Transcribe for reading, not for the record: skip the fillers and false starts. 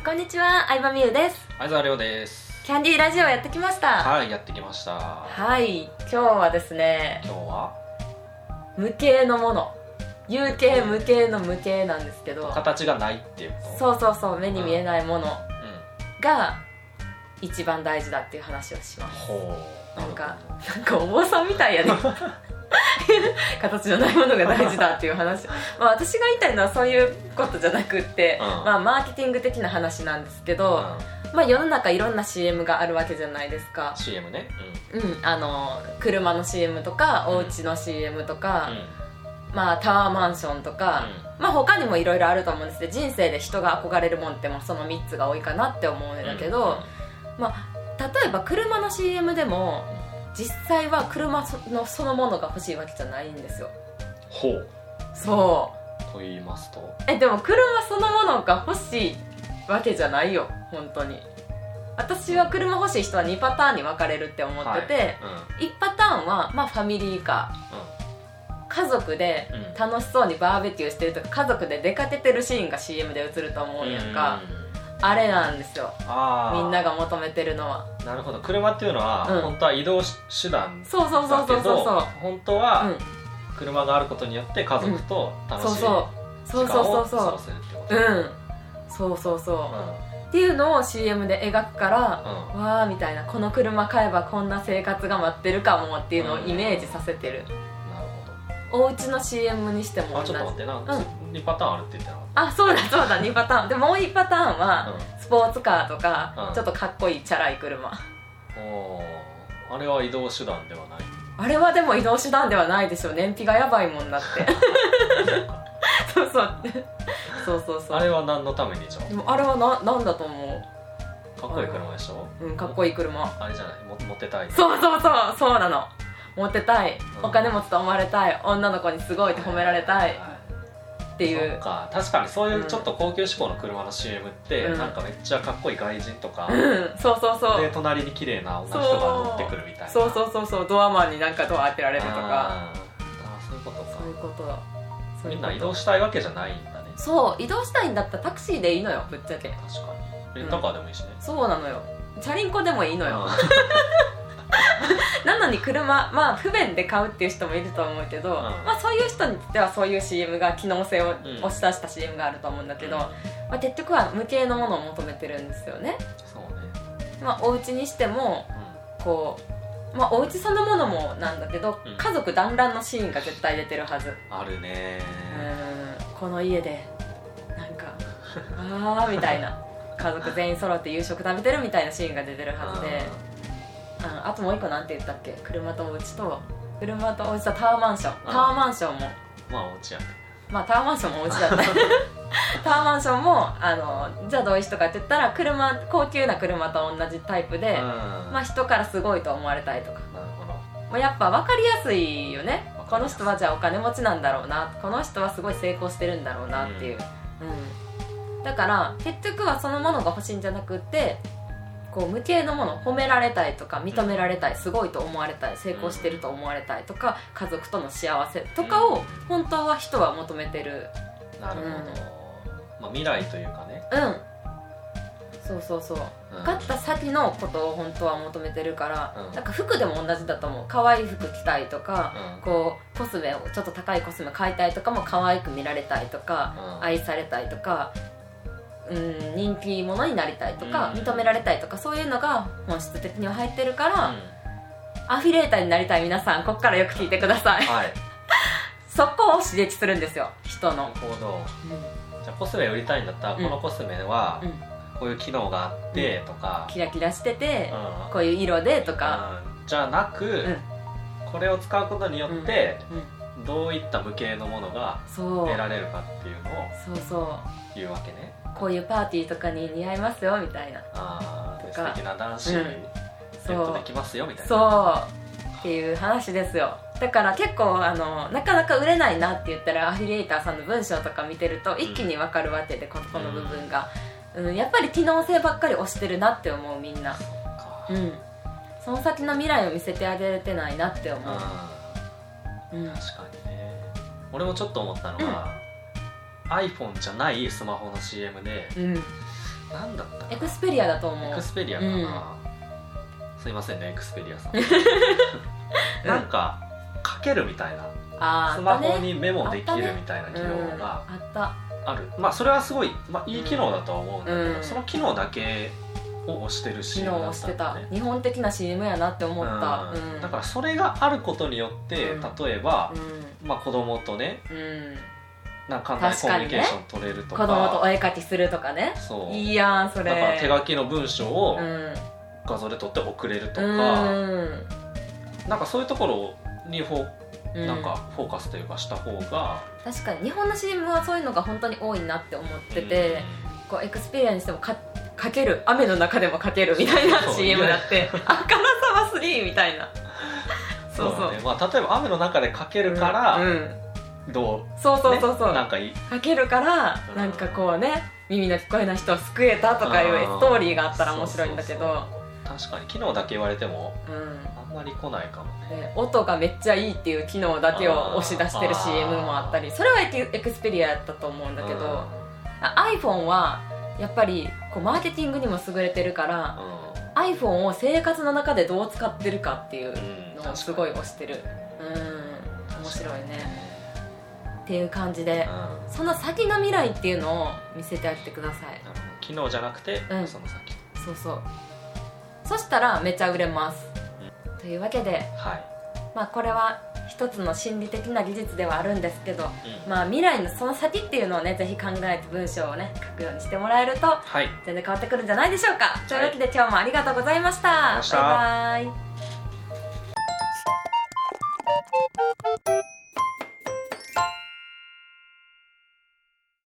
こんにちは、相葉美優です。 相沢亮です。 キャンディーラジオやってきました。 はい、やってきました。 はい、今日はですね、 今日は無形のもの、有形無形の無形なんですけど、 形がないっていうこと。そう目に見えないものが一番大事だっていう話をします。 ほう。 なんかお坊さんみたいやね。形のないものが大事だっていう話。私が言いたいのはそういうことじゃなくって、マーケティング的な話なんですけど、世の中いろんな CM があるわけじゃないですか。 CM ね。 車の CM とかお家の CM とか、タワーマンションとか、他にもいろいろあると思うんですけど、人生で人が憧れるもんってその3つが多いかなって思うんだけど、例えば車の CM でも実際は車のそのものが欲しいわけじゃないんですよ。 ほう。 そうと言いますと、 でも車そのものが欲しいわけじゃないよ、本当に。私は車欲しい人は2パターンに分かれるって思ってて、1パターンはファミリーカー、家族で楽しそうにバーベキューしてるとか、家族で出かけてるシーンが CM で映ると思うんやんか。あれなんですよ、みんなが求めてるのは。 なるほど。車っていうのは、本当は移動手段だけど、本当は車があることによって家族と楽しい時間を過ごせるってこと。 っていうのを CM で描くから、わーみたいな、この車買えばこんな生活が待ってるかもっていうのをイメージさせてる。お家の CM にしても同じ。 ちょっと待ってな、2パターンあるって言ってなかった？ そうだ2パターンで、もう1パターンはスポーツカーとか、ちょっとかっこいいチャラい車。 あれは移動手段ではない？ あれはでも移動手段ではないでしょ、燃費がやばいもんだって。そうあれは何のためにじゃん？ でもあれはなんだと思う？ かっこいい車でしょ？ かっこいい車。 あれじゃない、モテたい。 そうなの。モテたい、お金持ちと思われたい、女の子にすごいって褒められたいっていう。 そっか、確かにそういうちょっと高級志向の車の CM って、なんかめっちゃかっこいい外人とか、で隣に綺麗な女の人が乗ってくるみたいな。 そうドアマンになんかドア開けられるとか。 そういうことか。 そういうこと。 みんな移動したいわけじゃないんだね。 そう、移動したいんだったらタクシーでいいのよ、ぶっちゃけ。 確かにレンタカーでもいいしね。 そうなのよ、チャリンコでもいいのよ。なのに車、不便で買うっていう人もいると思うけど、そういう人にとってはそういう CM が機能性を押し出した CM があると思うんだけど、結局は無形のものを求めてるんですよね。そうね。お家にしてもお家そのものもなんだけど、家族団らんのシーンが絶対出てるはず。 あるね。 この家でなんかみたいな、家族全員揃って夕食食べてるみたいなシーンが出てるはずで、あともう一個なんて言ったっけ、車とお家とお家とタワーマンション。タワーマンションもお家やね。 タワーマンションもお家だった。タワーマンションもじゃあどういう人かって言ったら、高級な車と同じタイプで、人からすごいと思われたいとか。やっぱ分かりやすいよね。この人はじゃあお金持ちなんだろうな、この人はすごい成功してるんだろうなっていう、だから結局はそのものが欲しいんじゃなくって、無形のもの、褒められたいとか認められたい、すごいと思われたい、成功してると思われたいとか、家族との幸せとかを本当は人は求めてる。 なるほど、未来というかね。 買った先のことを本当は求めてるから、なんか服でも同じだと思う。可愛い服着たいとか、コスメをちょっと高いコスメ買いたいとかも、可愛く見られたいとか、愛されたいとか、人気者になりたいとか、認められたいとか、そういうのが本質的には入ってるから、アフィリエーターになりたい皆さん、ここからよく聞いてください。そこを刺激するんですよ、人の。 なるほど。じゃあコスメ売りたいんだったら、このコスメはこういう機能があってとか、 キラキラしてて、こういう色でとか、 じゃなく、これを使うことによってどういった無形のものが得られるかっていうのを言うわけね。 こういうパーティーとかに似合いますよみたいな、 素敵な男子ゲットできますよみたいな、 そうっていう話ですよ。だから結構なかなか売れないなって言ったら、アフィリエイターさんの文章とか見てると一気に分かるわけで、この部分が、やっぱり機能性ばっかり推してるなって思う、みんな。その先の未来を見せてあげれてないなって思う。 確かにね。俺もちょっと思ったのは、iPhone じゃないスマホの CM で、 なんだったかな、 エクスペリアだと思う。 エクスペリアかな、すいませんねエクスペリアさんなんか書けるみたいな、スマホにメモできるみたいな機能がある。まあそれはすごい、いい機能だとは思うんだけど、その機能だけを押してる CM だったんだね。 日本的な CM やなって思った、 だからそれがあることによって、例えば、子供とね、なんか簡単にコミュニケーション取れるとか、 子供とお絵描きするとかね。いいやんそれ。 だから手書きの文章を画像で撮って送れるとか、なんかそういうところになんかフォーカスというかした方が、 確かに日本の CM はそういうのが本当に多いなって思ってて、こうエクスペリアにしてもかける、雨の中でもかけるみたいな CM だってあからさま3みたいな。 そうそう、例えば雨の中でかけるから、どうそうなんかいいかけるから、なんかこうね、耳の聞こえない人を救えたとかいうストーリーがあったら面白いんだけど、 確かに機能だけ言われても、あんまり来ないかもね。 音がめっちゃいいっていう機能だけを押し出してる CM もあったり、それはエクスペリアやったと思うんだけど、iPhone はやっぱりこうマーケティングにも優れてるから、iPhone を生活の中でどう使ってるかっていうのをすごい推してる。面白いねっていう感じで、その先の未来っていうのを見せてあげてください。 機能じゃなくて、その先。 そしたらめっちゃ売れます、というわけで、これは一つの心理的な技術ではあるんですけど、未来のその先っていうのをね、ぜひ考えて文章をね書くようにしてもらえると、全然変わってくるんじゃないでしょうか。というわけで今日もありがとうございました。バイバイ。